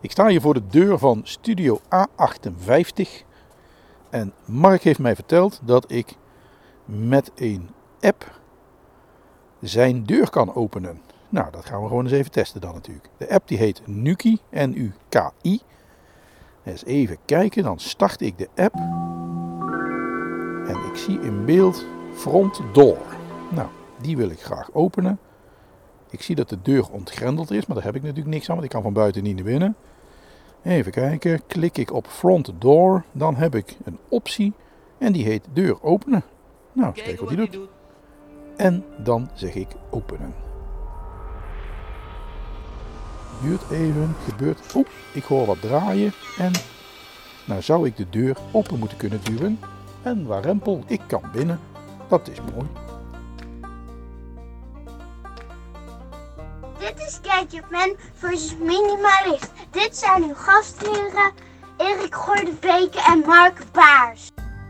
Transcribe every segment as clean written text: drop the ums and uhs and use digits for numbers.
Ik sta hier voor de deur van Studio A58 en Mark heeft mij verteld dat ik met een app zijn deur kan openen. Nou, dat gaan we gewoon eens even testen dan natuurlijk. De app die heet Nuki, N-U-K-I. Eens even kijken, dan start ik de app en ik zie in beeld Front Door. Nou, die wil ik graag openen. Ik zie dat de deur ontgrendeld is, maar daar heb ik natuurlijk niks aan, want ik kan van buiten niet naar binnen. Even kijken, klik ik op Front Door, dan heb ik een optie en die heet deur openen. Nou, eens kijken wat die doet. En dan zeg ik openen. Duurt even, gebeurt. Oeh, ik hoor wat draaien en nou zou ik de deur open moeten kunnen duwen. En warempel, ik kan binnen. Dat is mooi. Dit is Gadgetman versus Minimalist. Dit zijn uw gastheren Erik Gordebeke en Mark Baars.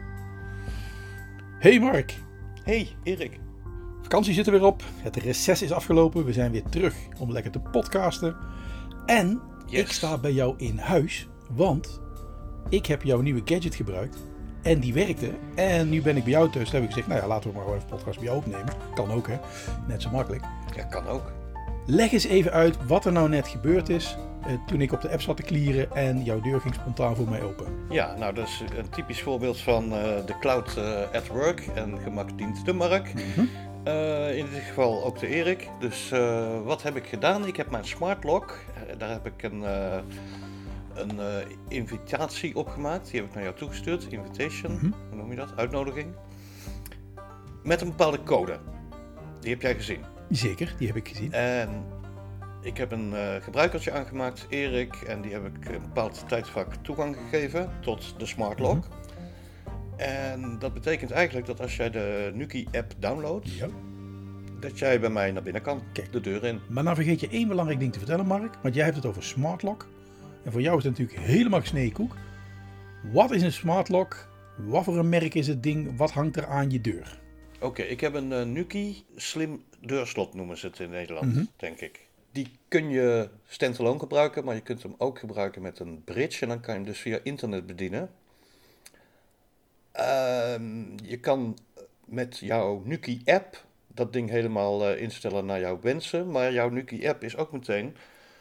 Hey Mark. Hey Erik. Vakantie zit er weer op. Het reces is afgelopen. We zijn weer terug om lekker te podcasten. En ik sta bij jou in huis, want ik heb jouw nieuwe gadget gebruikt. En die werkte. En nu ben ik bij jou thuis. Toen heb ik gezegd, nou ja, laten we maar gewoon even een podcast bij jou opnemen. Kan ook hè. Net zo makkelijk. Ja, kan ook. Leg eens even uit wat er nou net gebeurd is toen ik op de app zat te klieren en jouw deur ging spontaan voor mij open. Ja, nou dat is een typisch voorbeeld van de cloud at work en gemak dient de Mark. In dit geval ook de Erik. Dus wat heb ik gedaan? Ik heb mijn smart lock, daar heb ik een invitatie opgemaakt. Die heb ik naar jou toegestuurd. Invitation, hoe noem je dat? Uitnodiging. Met een bepaalde code. Die heb jij gezien. Zeker, die heb ik gezien. En ik heb een gebruikertje aangemaakt, Erik, en die heb ik een bepaald tijdvak toegang gegeven tot de smart lock. En dat betekent eigenlijk dat als jij de Nuki-app downloadt, dat jij bij mij naar binnen kan. Kijk, de deur in. Maar nou vergeet je één belangrijk ding te vertellen, Mark, want jij hebt het over smart lock. En voor jou is het natuurlijk helemaal gesneden koek. Wat is een smart lock? Wat voor een merk is het ding? Wat hangt er aan je deur? Oké, ik heb een Nuki slim deurslot noemen ze het in Nederland, denk ik. Die kun je standalone gebruiken, maar je kunt hem ook gebruiken met een bridge. En dan kan je hem dus via internet bedienen. Je kan met jouw Nuki-app dat ding helemaal instellen naar jouw wensen. Maar jouw Nuki-app is ook meteen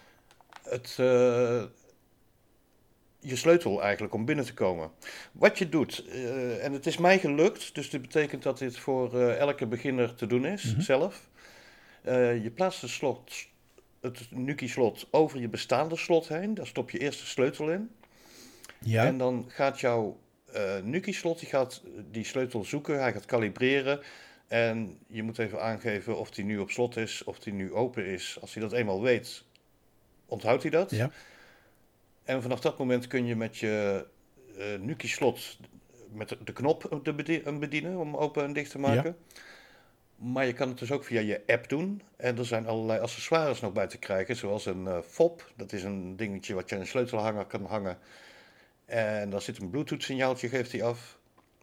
je sleutel eigenlijk om binnen te komen. Wat je doet, en het is mij gelukt, dus dit betekent dat dit voor elke beginner te doen is, zelf. Je plaatst het Nuki-slot over je bestaande slot heen. Daar stop je eerst de sleutel in. Ja. En dan gaat jouw Nuki-slot die sleutel zoeken. Hij gaat kalibreren. En je moet even aangeven of die nu op slot is, of die nu open is. Als hij dat eenmaal weet, onthoudt hij dat. Ja. En vanaf dat moment kun je met je Nuki-slot met de knop bedienen om open en dicht te maken. Ja. Maar je kan het dus ook via je app doen. En er zijn allerlei accessoires nog bij te krijgen. Zoals een fob. Dat is een dingetje wat je aan een sleutelhanger kan hangen. En daar zit een Bluetooth signaaltje, geeft hij af.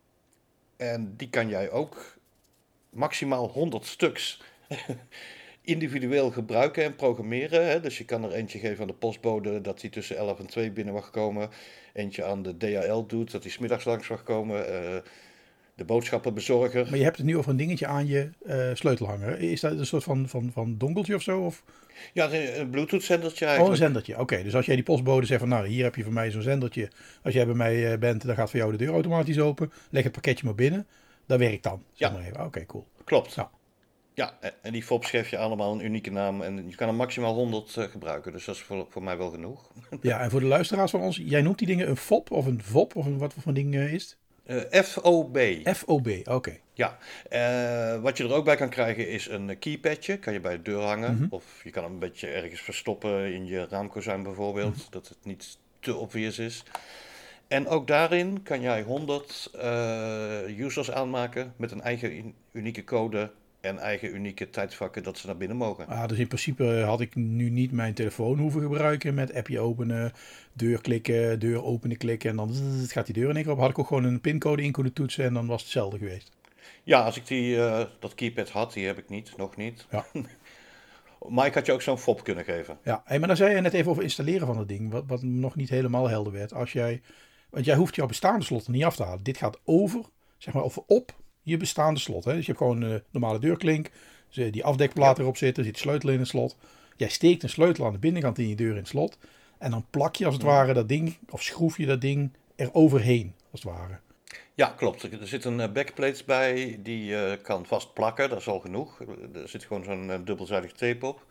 En die kan jij ook maximaal 100 stuks individueel gebruiken en programmeren. Hè? Dus je kan er eentje geven aan de postbode dat hij tussen 11 en 2 binnen mag komen. Eentje aan de DHL doet dat hij 's middags langs mag komen. De boodschappenbezorger. Maar je hebt het nu over een dingetje aan je sleutelhanger. Is dat een soort van dongeltje of zo? Of? Ja, een Bluetooth zendertje eigenlijk. Oh, een zendertje. Oké, dus als jij die postbode zegt van nou, hier heb je voor mij zo'n zendertje. Als jij bij mij bent, dan gaat voor jou de deur automatisch open. Leg het pakketje maar binnen. Dat werkt dan. Zeg maar even. Oké, cool. Klopt. Nou. Ja, en die fobs geef je allemaal een unieke naam. En je kan er maximaal 100 gebruiken. Dus dat is voor mij wel genoeg. Ja, en voor de luisteraars van ons, jij noemt die dingen een fob of een VOB of wat voor ding is het? FOB. FOB, oké. Ja, wat je er ook bij kan krijgen is een keypadje. Kan je bij de deur hangen. Of je kan hem een beetje ergens verstoppen in je raamkozijn bijvoorbeeld. Dat het niet te obvious is. En ook daarin kan jij 100 users aanmaken met een eigen unieke code en eigen unieke tijdvakken dat ze naar binnen mogen. Dus in principe had ik nu niet mijn telefoon hoeven gebruiken met appje openen, deur klikken, deur openen klikken en dan gaat die deur in één keer op. Had ik ook gewoon een pincode in kunnen toetsen en dan was het hetzelfde geweest. Ja, als ik dat keypad had, die heb ik niet, nog niet. Ja. Maar ik had je ook zo'n fop kunnen geven. Ja, maar dan zei je net even over installeren van het ding, wat nog niet helemaal helder werd. Want jij hoeft jouw bestaande slot er niet af te halen. Dit gaat over, zeg maar, op je bestaande slot. Hè? Dus je hebt gewoon een normale deurklink, die afdekplaat erop zitten, zit de sleutel in het slot. Jij steekt een sleutel aan de binnenkant in je deur in het slot. En dan plak je als het ware dat ding, of schroef je dat ding er overheen, als het ware. Ja, klopt. Er zit een backplate bij die je kan vastplakken. Dat is al genoeg. Er zit gewoon zo'n dubbelzijdig tape op.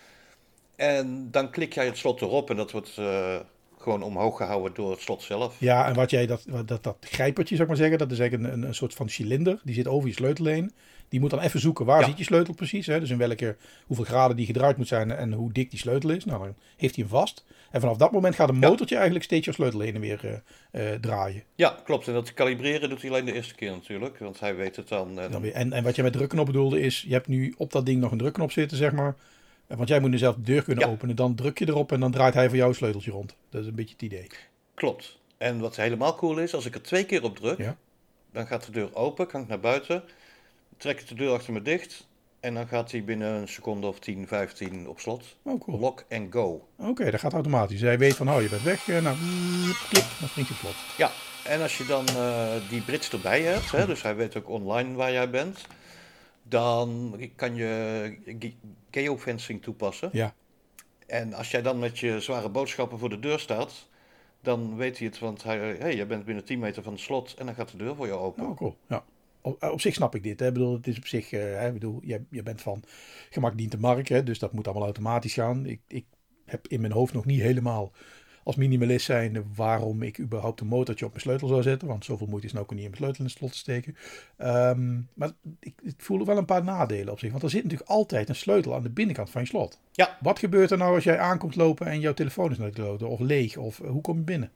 En dan klik jij het slot erop en dat wordt gewoon omhoog gehouden door het slot zelf. Ja, en wat jij dat grijpertje, zou ik maar zeggen, dat is eigenlijk een soort van cilinder. Die zit over je sleutel heen. Die moet dan even zoeken waar zit je sleutel precies. Hè? Dus in hoeveel graden die gedraaid moet zijn en hoe dik die sleutel is. Nou, dan heeft hij hem vast. En vanaf dat moment gaat een motortje eigenlijk steeds je sleutel heen en weer draaien. Ja, klopt. En dat kalibreren doet hij alleen de eerste keer natuurlijk. Want hij weet het dan. En wat je met drukknop bedoelde is, je hebt nu op dat ding nog een drukknop zitten, zeg maar. Want jij moet nu zelf de deur kunnen openen. Dan druk je erop en dan draait hij voor jou een sleuteltje rond. Dat is een beetje het idee. Klopt. En wat helemaal cool is, als ik er 2 keer op druk, dan gaat de deur open, kan ik naar buiten, trek ik de deur achter me dicht en dan gaat hij binnen een seconde of 10, 15 op slot. Oh, cool. Lock and go. Oké, dat gaat automatisch. Hij weet van, je bent weg. Nou, klik, dan springt hij slot. Ja, en als je dan die brits erbij hebt, hè, dus hij weet ook online waar jij bent, dan kan je geofencing toepassen. Ja. En als jij dan met je zware boodschappen voor de deur staat, dan weet hij het, want jij bent binnen 10 meter van het slot en dan gaat de deur voor je open. Oh, cool. Ja. Op zich snap ik dit. Hè. Ik bedoel, het is op zich, je bent van gemak dient de markt, hè, dus dat moet allemaal automatisch gaan. Ik heb in mijn hoofd nog niet helemaal als minimalist zijnde waarom ik überhaupt een motortje op mijn sleutel zou zetten. Want zoveel moeite is nou ook niet in mijn sleutel in het slot te steken. Maar ik voel wel een paar nadelen op zich. Want er zit natuurlijk altijd een sleutel aan de binnenkant van je slot. Ja. Wat gebeurt er nou als jij aankomt lopen en jouw telefoon is naar de of leeg? Of hoe kom je binnen?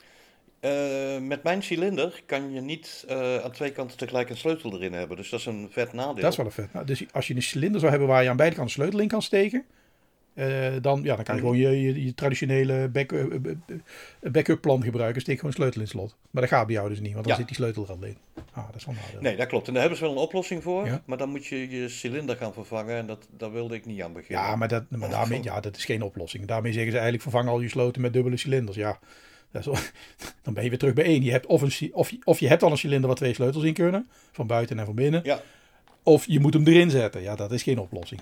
Met mijn cilinder kan je niet aan 2 kanten tegelijk een sleutel erin hebben. Dus dat is een vet nadeel. Dat is wel een vet. Nou, dus als je een cilinder zou hebben waar je aan beide kanten een sleutel in kan steken, dan kan je gewoon je traditionele backup plan gebruiken. Steek gewoon een sleutel in het slot. Maar dat gaat bij jou dus niet, want dan zit die sleutel er alleen. Dat is wel nadeel. Nee, dat klopt. En daar hebben ze wel een oplossing voor. Ja? Maar dan moet je je cilinder gaan vervangen. En daar wilde ik niet aan beginnen. Ja, maar daarmee, dat is geen oplossing. Daarmee zeggen ze eigenlijk vervang al je sloten met dubbele cilinders. Ja, dan ben je weer terug bij 1. Je hebt of je hebt al een cilinder waar 2 sleutels in kunnen. Van buiten en van binnen. Ja. Of je moet hem erin zetten. Ja, dat is geen oplossing.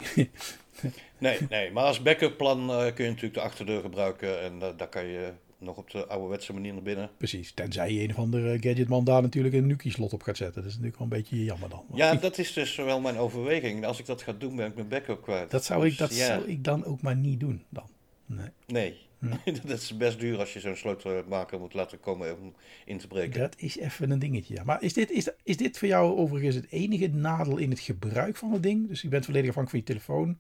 Nee, maar als backup plan kun je natuurlijk de achterdeur gebruiken. En daar kan je nog op de ouderwetse manier naar binnen. Precies, tenzij je een of andere gadgetman daar natuurlijk een Nuki-slot op gaat zetten. Dat is natuurlijk wel een beetje jammer dan. Ja, dat is dus wel mijn overweging. Als ik dat ga doen, ben ik mijn backup kwijt. Dat zou ik dan ook maar niet doen dan. Nee. Dat is best duur als je zo'n sleutelmaker moet laten komen om in te breken. Dat is even een dingetje, ja. Maar is dit voor jou overigens het enige nadeel in het gebruik van het ding? Dus je bent volledig afhankelijk van je telefoon.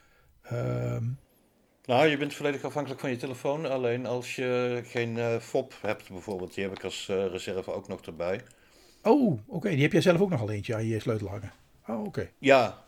Nou, je bent volledig afhankelijk van je telefoon. Alleen als je geen FOB hebt bijvoorbeeld. Die heb ik als reserve ook nog erbij. Oh, oké. Die heb jij zelf ook nog al eentje aan je sleutel hangen. Oh, oké. Ja.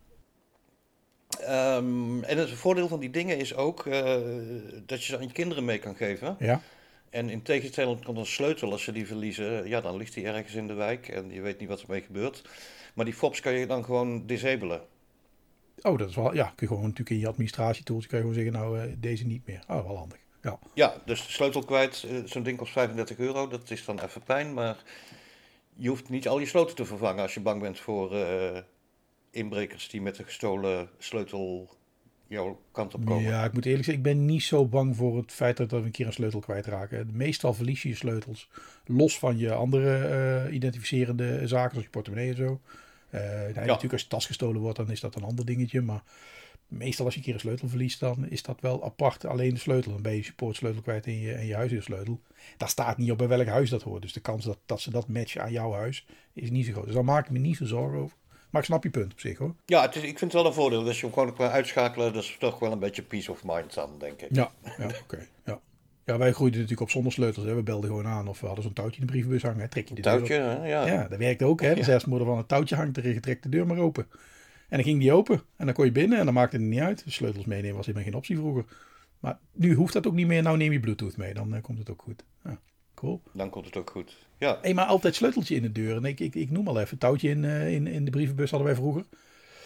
En het voordeel van die dingen is ook dat je ze aan je kinderen mee kan geven. Ja. En in tegenstelling tot een sleutel, als ze die verliezen, dan ligt die ergens in de wijk en je weet niet wat ermee gebeurt. Maar die FOBs kan je dan gewoon disabelen. Oh, dat is wel, kun je gewoon natuurlijk in je administratietools kan je gewoon zeggen, nou, deze niet meer. Oh, wel handig. Ja, dus de sleutel kwijt, zo'n ding kost €35, dat is dan even pijn, maar je hoeft niet al je sloten te vervangen als je bang bent voor inbrekers die met een gestolen sleutel jouw kant op komen. Ja, ik moet eerlijk zeggen, ik ben niet zo bang voor het feit dat we een keer een sleutel kwijtraken. Meestal verlies je je sleutels los van je andere identificerende zaken, zoals je portemonnee en zo. Natuurlijk als je tas gestolen wordt, dan is dat een ander dingetje. Maar meestal als je een keer een sleutel verliest, dan is dat wel apart. Alleen de sleutel, dan ben je supportsleutel kwijt en je huissleutel. Daar staat niet op bij welk huis dat hoort. Dus de kans dat ze dat matchen aan jouw huis is niet zo groot. Dus daar maak ik me niet zo zorgen over. Maar ik snap je punt op zich, hoor. Ja, ik vind het wel een voordeel. Dus je hem gewoon kan uitschakelen, dat is toch wel een beetje peace of mind dan, denk ik. Ja, oké. Ja, wij groeiden natuurlijk op zonder sleutels. Hè. We belden gewoon aan of we hadden zo'n touwtje in de brievenbus hangen. Hè. Trek je de touwtje, deur op. Hè? Ja. Ja, dat werkte ook. Hè. De zelfsmoeder van een touwtje hangt, trek de deur maar open. En dan ging die open. En dan kon je binnen en dan maakte het niet uit. De sleutels meenemen was helemaal geen optie vroeger. Maar nu hoeft dat ook niet meer. Nou neem je Bluetooth mee, dan komt het ook goed. Ja, cool. Dan komt het ook goed. Ja. Maar altijd sleuteltje in de deur. En ik noem al even, touwtje in de brievenbus hadden wij vroeger.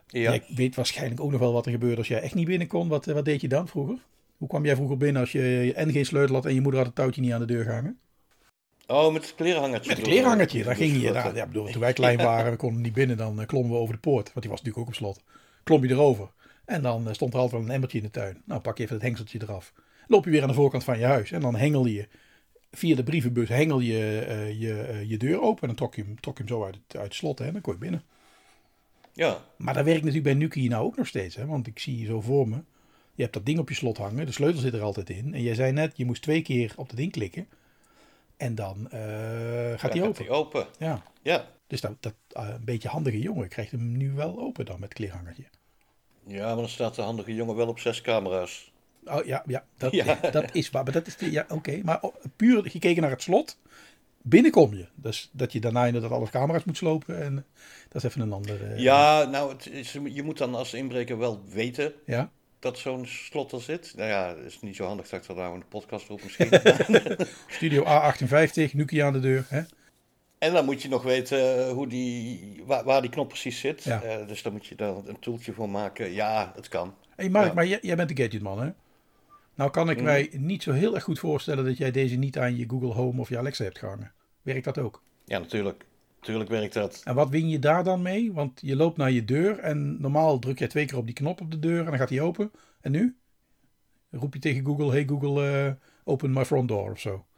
Ja. Jij weet waarschijnlijk ook nog wel wat er gebeurde als jij echt niet binnen kon. Wat deed je dan vroeger? Hoe kwam jij vroeger binnen als je en geen sleutel had en je moeder had het touwtje niet aan de deur gehangen? Oh, met het klerenhangertje. Met het klerenhangertje, daar ging je. Sloten. Ja, bedoel, toen wij klein waren, we konden niet binnen, dan klommen we over de poort. Want die was natuurlijk ook op slot. Klom je erover. En dan stond er altijd wel een emmertje in de tuin. Nou, pak je even het hengseltje eraf. Loop je weer aan de voorkant van je huis. En dan hengel je via de brievenbus je deur open. En dan trok je hem zo uit het slot. Hè, en dan kon je binnen. Ja. Maar dat werkt natuurlijk bij Nuki nou ook nog steeds. Hè? Want ik zie je zo voor me. Je hebt dat ding op je slot hangen. De sleutel zit er altijd in. En jij zei net, je moest 2 keer op dat ding klikken. En dan gaat hij open. Ja. Ja. Dus dat een beetje handige jongen krijgt hem nu wel open dan met het kleerhangertje. Ja, maar dan staat de handige jongen wel op 6 camera's. Oh ja, dat is waar. Maar dat is oké. Maar puur gekeken naar het slot, binnenkom je. Dus dat je daarna inderdaad alle camera's moet slopen. En dat is even een ander... Ja, nou, je moet dan als inbreker wel weten Ja? dat zo'n slot er zit. Nou ja, het is niet zo handig dat ik dat nou in de podcast roep misschien. Studio A58, Nuki aan de deur. Hè? En dan moet je nog weten waar die knop precies zit. Ja. Dus daar moet je dan een toeltje voor maken. Ja, het kan. Hey Mark, Ja. maar jij bent de gadgetman, hè? Nou kan ik mij niet zo heel erg goed voorstellen dat jij deze niet aan je Google Home of je Alexa hebt gehangen. Werkt dat ook? Ja, natuurlijk. Tuurlijk werkt dat. En wat win je daar dan mee? Want je loopt naar je deur en normaal druk jij 2 keer op die knop op de deur en dan gaat die open. En nu? Roep je tegen Google, hey Google, open my front door of zo.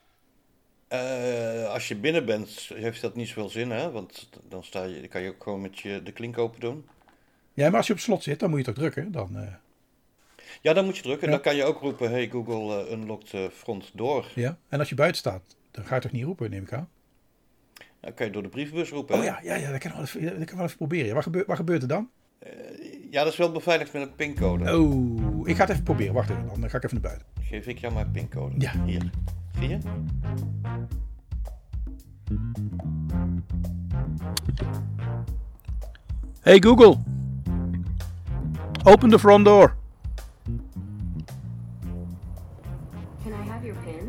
Als je binnen bent, heeft dat niet zoveel zin, hè? Want dan kan je ook gewoon met de klink open doen. Ja, maar als je op slot zit, dan moet je toch drukken? Dan, Ja, dan moet je drukken. Ja. Dan kan je ook roepen, hey Google, unlock the front door. ja. En als je buiten staat, dan ga je toch niet roepen, neem ik aan? Dan kan je door de brievenbus roepen. Oh hè? ja, dat kan ik wel even proberen. Wat gebeurt er dan? Ja, dat is wel beveiligd met een pincode. Oh, ik ga het even proberen. Wacht even, dan ga ik even naar buiten. Geef ik jou mijn pincode. Ja. Hier. Zie je? Hey Google, open the front door. Can I have your pin?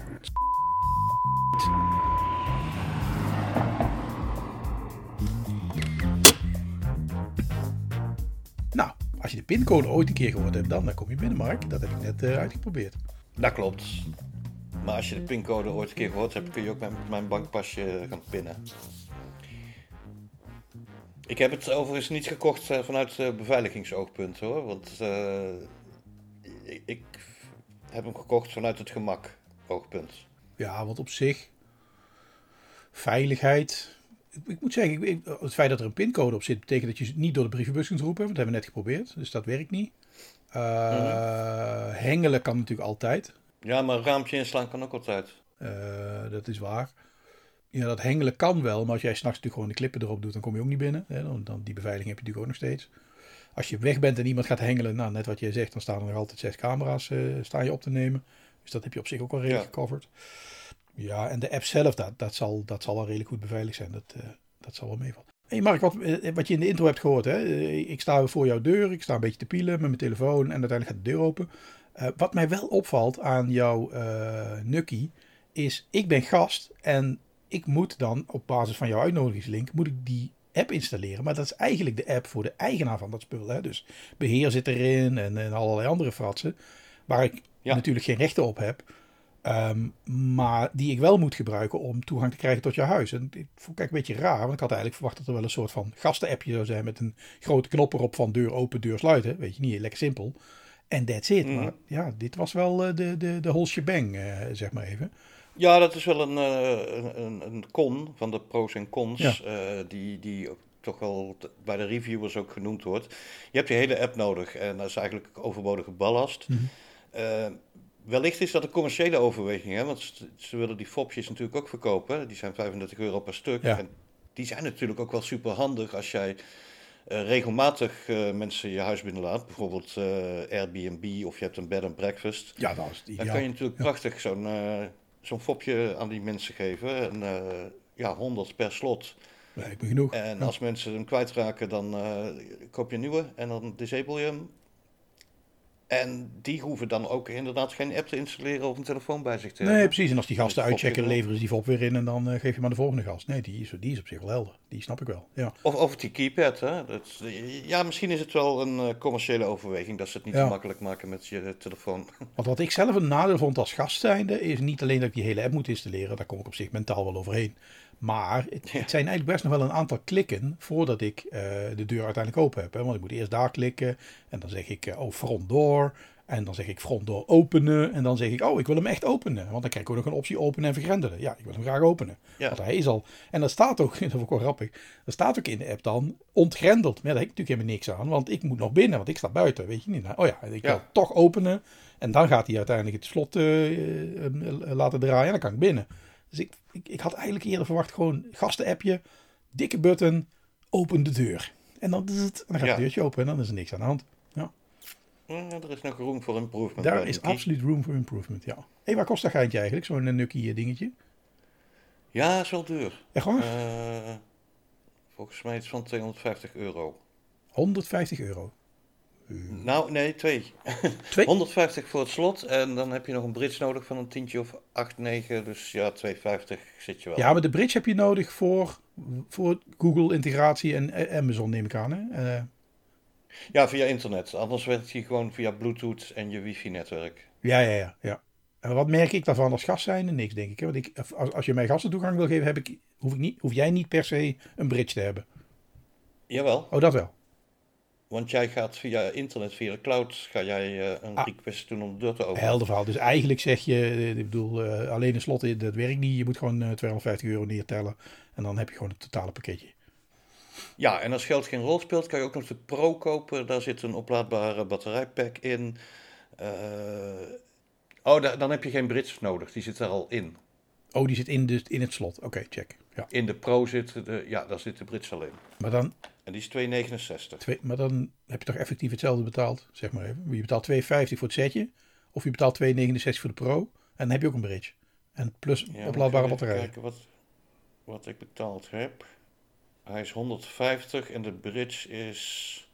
Nou, als je de pincode ooit een keer gehoord hebt, dan kom je binnen, Mark. Dat heb ik net uitgeprobeerd. Dat klopt. Maar als je de pincode ooit een keer gehoord hebt, kun je ook met mijn bankpasje gaan pinnen. Ik heb het overigens niet gekocht vanuit beveiligingsoogpunt hoor. Want ik heb hem gekocht vanuit het gemak oogpunt. Ja, want op zich, veiligheid. Ik moet zeggen, het feit dat er een pincode op zit, betekent dat je niet door de brievenbus kunt roepen. Want dat hebben we net geprobeerd, dus dat werkt niet. Hengelen kan natuurlijk altijd. Ja, maar een raampje inslaan kan ook altijd. Dat is waar. Ja, dat hengelen kan wel, maar als jij s'nachts natuurlijk gewoon de klippen erop doet, dan kom je ook niet binnen. Hè? Dan die beveiliging heb je natuurlijk ook nog steeds. Als je weg bent en iemand gaat hengelen, nou, net wat jij zegt, dan staan er nog altijd 6 camera's staan je op te nemen. Dus dat heb je op zich ook wel redelijk gecoverd. Ja, en de app zelf, dat zal wel redelijk goed beveiligd zijn. Dat zal wel meevallen. Hey Mark, wat je in de intro hebt gehoord, hè? Ik sta voor jouw deur, ik sta een beetje te pielen met mijn telefoon en uiteindelijk gaat de deur open. Wat mij wel opvalt aan jouw Nuki is, ik ben gast en ik moet dan op basis van jouw uitnodigingslink, moet ik die app installeren. Maar dat is eigenlijk de app voor de eigenaar van dat spul. Hè? Dus beheer zit erin en allerlei andere fratsen, waar ik natuurlijk geen rechten op heb. Maar die ik wel moet gebruiken om toegang te krijgen tot jouw huis. En ik vond het een beetje raar, want ik had eigenlijk verwacht dat er wel een soort van gasten-appje zou zijn met een grote knop erop van deur open, deur sluiten. Weet je niet, lekker simpel. En that's it. Maar ja, dit was wel de whole shebang, zeg maar even. Ja, dat is wel een con van de pros en cons, die ook toch wel bij de reviewers ook genoemd wordt. Je hebt die hele app nodig en dat is eigenlijk overbodige ballast. Wellicht is dat een commerciële overweging, hè? Want ze willen die fopjes natuurlijk ook verkopen. Die zijn €35 per stuk. Ja. En die zijn natuurlijk ook wel super handig als jij regelmatig mensen je huis binnenlaat. Bijvoorbeeld Airbnb of je hebt een bed and breakfast. Ja, dat is ideaal. Dan kan je natuurlijk prachtig zo'n fopje aan die mensen geven. En 100 per slot. Lijkt me genoeg. En als mensen hem kwijtraken, dan koop je een nieuwe en dan disable je hem. En die hoeven dan ook inderdaad geen app te installeren of een telefoon bij zich te hebben. Nee, precies. En als die gasten Dus uitchecken, FOP leveren ze die VOP weer in en dan geef je maar de volgende gast. Nee, die is op zich wel helder. Die snap ik wel. Ja. Of die keypad, hè. Ja, misschien is het wel een commerciële overweging dat ze het niet Ja. te makkelijk maken met je telefoon. Want wat ik zelf een nadeel vond als gast zijnde, is niet alleen dat ik die hele app moet installeren. Daar kom ik op zich mentaal wel overheen. Maar het zijn eigenlijk best nog wel een aantal klikken voordat ik de deur uiteindelijk open heb. Hè? Want ik moet eerst daar klikken en dan zeg ik front door. En dan zeg ik front door openen. En dan zeg ik, ik wil hem echt openen. Want dan krijg ik ook nog een optie openen en vergrendelen. Ja, ik wil hem graag openen. Ja. Want hij is al. En dat staat ook, dat vond ik wel grappig. Dat staat ook in de app dan ontgrendeld. Maar daar heb ik natuurlijk helemaal niks aan. Want ik moet nog binnen, want ik sta buiten. Weet je niet. Nou, ik wil toch openen. En dan gaat hij uiteindelijk het slot laten draaien. En dan kan ik binnen. Dus ik had eigenlijk eerder verwacht gewoon gasten-appje. Dikke button. Open de deur. En dan gaat het deurtje open. En dan is er niks aan de hand. Ja. Er is nog room voor improvement. Daar is absoluut room for improvement, ja. Hé, waar kost dat geintje eigenlijk? Zo'n Nucky dingetje? Ja, is wel duur. Echt waar? Volgens mij is het van €250. 150 euro. Nou, nee, 2. 150 voor het slot en dan heb je nog een bridge nodig van een tientje of 8, 9. Dus ja, 250 zit je wel. Ja, maar de bridge heb je nodig voor Google integratie en Amazon neem ik aan, hè? Ja, via internet. Anders werkt hij gewoon via Bluetooth en je wifi-netwerk. Ja. En wat merk ik daarvan als gast zijnde? Niks, denk ik. Hè? Want als je mij gastentoegang wil geven, hoef jij niet per se een bridge te hebben. Jawel. Oh, dat wel. Want jij gaat via internet, via de cloud, ga jij een request doen om de deur te openen. Helder verhaal. Dus eigenlijk zeg je, ik bedoel, alleen een slot, dat werkt niet. Je moet gewoon €250 neertellen. En dan heb je gewoon het totale pakketje. Ja, en als geld geen rol speelt, kan je ook nog de Pro kopen. Daar zit een oplaadbare batterijpack in. Dan heb je geen bridge nodig. Die zit er al in. Oh, die zit in het slot. Oké, check. Ja. In de Pro zit daar zit de bridge al in. Maar dan, En die is €2,69. maar dan heb je toch effectief hetzelfde betaald, zeg maar even. Je betaalt €2,50 voor het setje. Of je betaalt €2,69 voor de Pro. En dan heb je ook een bridge. En plus oplaadbare batterij. Kijken wat ik betaald heb. Hij is 150 en de bridge is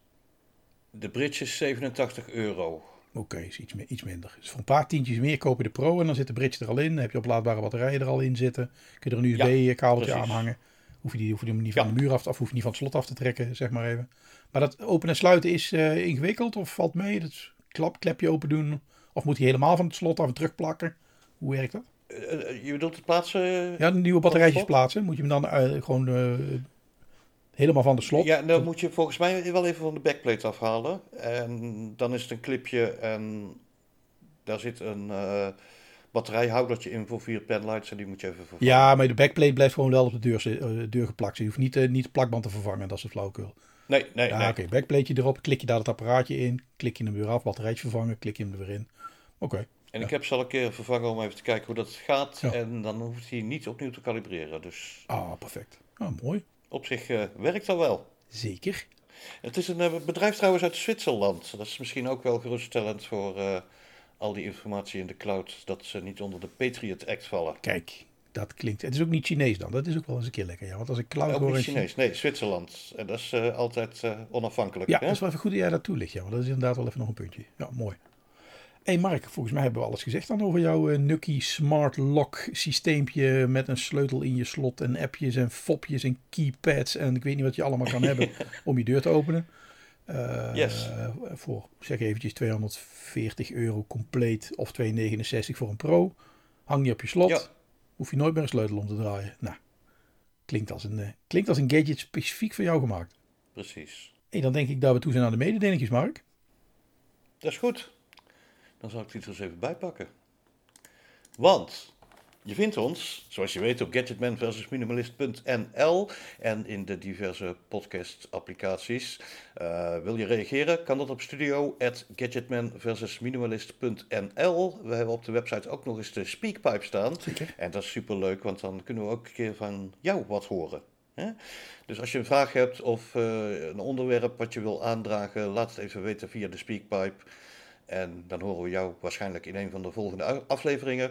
€87. Oké, is iets minder. Dus voor een paar tientjes meer koop je de Pro en dan zit de bridge er al in. Dan heb je oplaadbare batterijen er al in zitten. Kun je er een USB-kabeltje aanhangen. Hoef je hem niet van de muur af, of hoef je niet van het slot af te trekken, zeg maar even. Maar dat openen en sluiten is ingewikkeld of valt mee? Dat klepje open doen? Of moet hij helemaal van het slot af en terugplakken? Hoe werkt dat? Je bedoelt het plaatsen? Ja, de nieuwe batterijtjes plaatsen. Moet je hem dan gewoon helemaal van de slot? Ja, dan moet je volgens mij wel even van de backplate afhalen. En dan is het een clipje en daar zit een batterijhoudertje in voor 4 penlights en die moet je even vervangen. Ja, maar de backplate blijft gewoon wel op de deur geplakt. Je hoeft niet de plakband te vervangen, dat is een flauwekul. Nee. Oké, backplateje erop, klik je daar het apparaatje in, klik je hem weer af, batterijtje vervangen, klik je hem er weer in. Oké. En ik heb ze al een keer vervangen om even te kijken hoe dat gaat. Ja. En dan hoeft hij niet opnieuw te kalibreren. Dus perfect. Mooi. Op zich werkt dat wel. Zeker. Het is een bedrijf trouwens uit Zwitserland. Dat is misschien ook wel geruststellend voor al die informatie in de cloud. Dat ze niet onder de Patriot Act vallen. Kijk, dat klinkt... Het is ook niet Chinees dan. Dat is ook wel eens een keer lekker. Ja. Want als ik cloud ook hoor... niet Chinees, nee, Zwitserland. En dat is altijd onafhankelijk. Ja, hè? dat is wel even goed dat jij dat toelicht. Ja, want dat is inderdaad wel even nog een puntje. Ja, mooi. Hey Mark, volgens mij hebben we alles gezegd dan over jouw Nucky Smart Lock systeempje met een sleutel in je slot en appjes en fopjes en keypads en ik weet niet wat je allemaal kan hebben om je deur te openen. Yes. Voor zeg eventjes €240 compleet of €269 voor een Pro. Hang je op je slot. Ja. Hoef je nooit meer een sleutel om te draaien. Nou, klinkt als een gadget specifiek voor jou gemaakt. Precies. Hey, dan denk ik dat we toe zijn aan de mededelingetjes, Mark. Dat is goed. Dan zal ik die er eens even bijpakken. Want je vindt ons, zoals je weet, op gadgetmanversusminimalist.nl en in de diverse podcast-applicaties. Wil je reageren? Kan dat op studio@gadgetmanversusminimalist.nl. We hebben op de website ook nog eens de speakpipe staan. Zeker. En dat is superleuk, want dan kunnen we ook een keer van jou wat horen. Dus als je een vraag hebt of een onderwerp wat je wil aandragen, laat het even weten via de speakpipe. En dan horen we jou waarschijnlijk in een van de volgende afleveringen.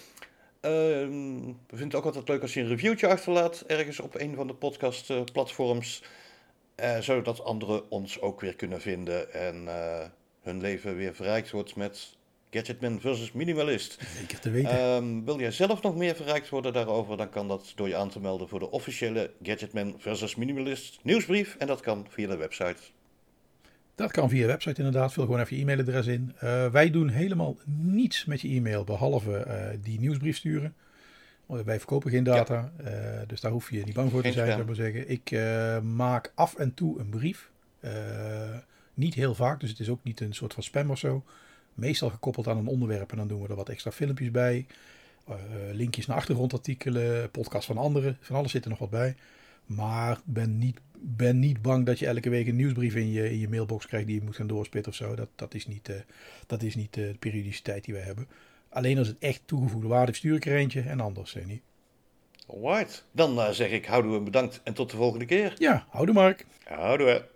We vinden het ook altijd leuk als je een reviewtje achterlaat ergens op een van de podcastplatforms. Zodat anderen ons ook weer kunnen vinden en hun leven weer verrijkt wordt met Gadgetman versus Minimalist. Zeker te weten. Wil jij zelf nog meer verrijkt worden daarover, dan kan dat door je aan te melden voor de officiële Gadgetman versus Minimalist nieuwsbrief. En dat kan via de website. Dat kan via de website inderdaad. Vul gewoon even je e-mailadres in. Wij doen helemaal niets met je e-mail, behalve die nieuwsbrief sturen. Wij verkopen geen data, dus daar hoef je niet bang voor te zijn, zou ik maar zeggen. Ik maak af en toe een brief. Niet heel vaak, dus het is ook niet een soort van spam of zo. Meestal gekoppeld aan een onderwerp en dan doen we er wat extra filmpjes bij. Linkjes naar achtergrondartikelen, podcast van anderen. Van alles zit er nog wat bij. Maar ben niet bang dat je elke week een nieuwsbrief in je mailbox krijgt die je moet gaan doorspitten of zo. Dat is niet de periodiciteit die wij hebben. Alleen als het echt toegevoegde waarde is, stuur ik er eentje en anders niet. Alright, dan zeg ik houdoe en bedankt en tot de volgende keer. Ja, houdoe Mark. Houdoe.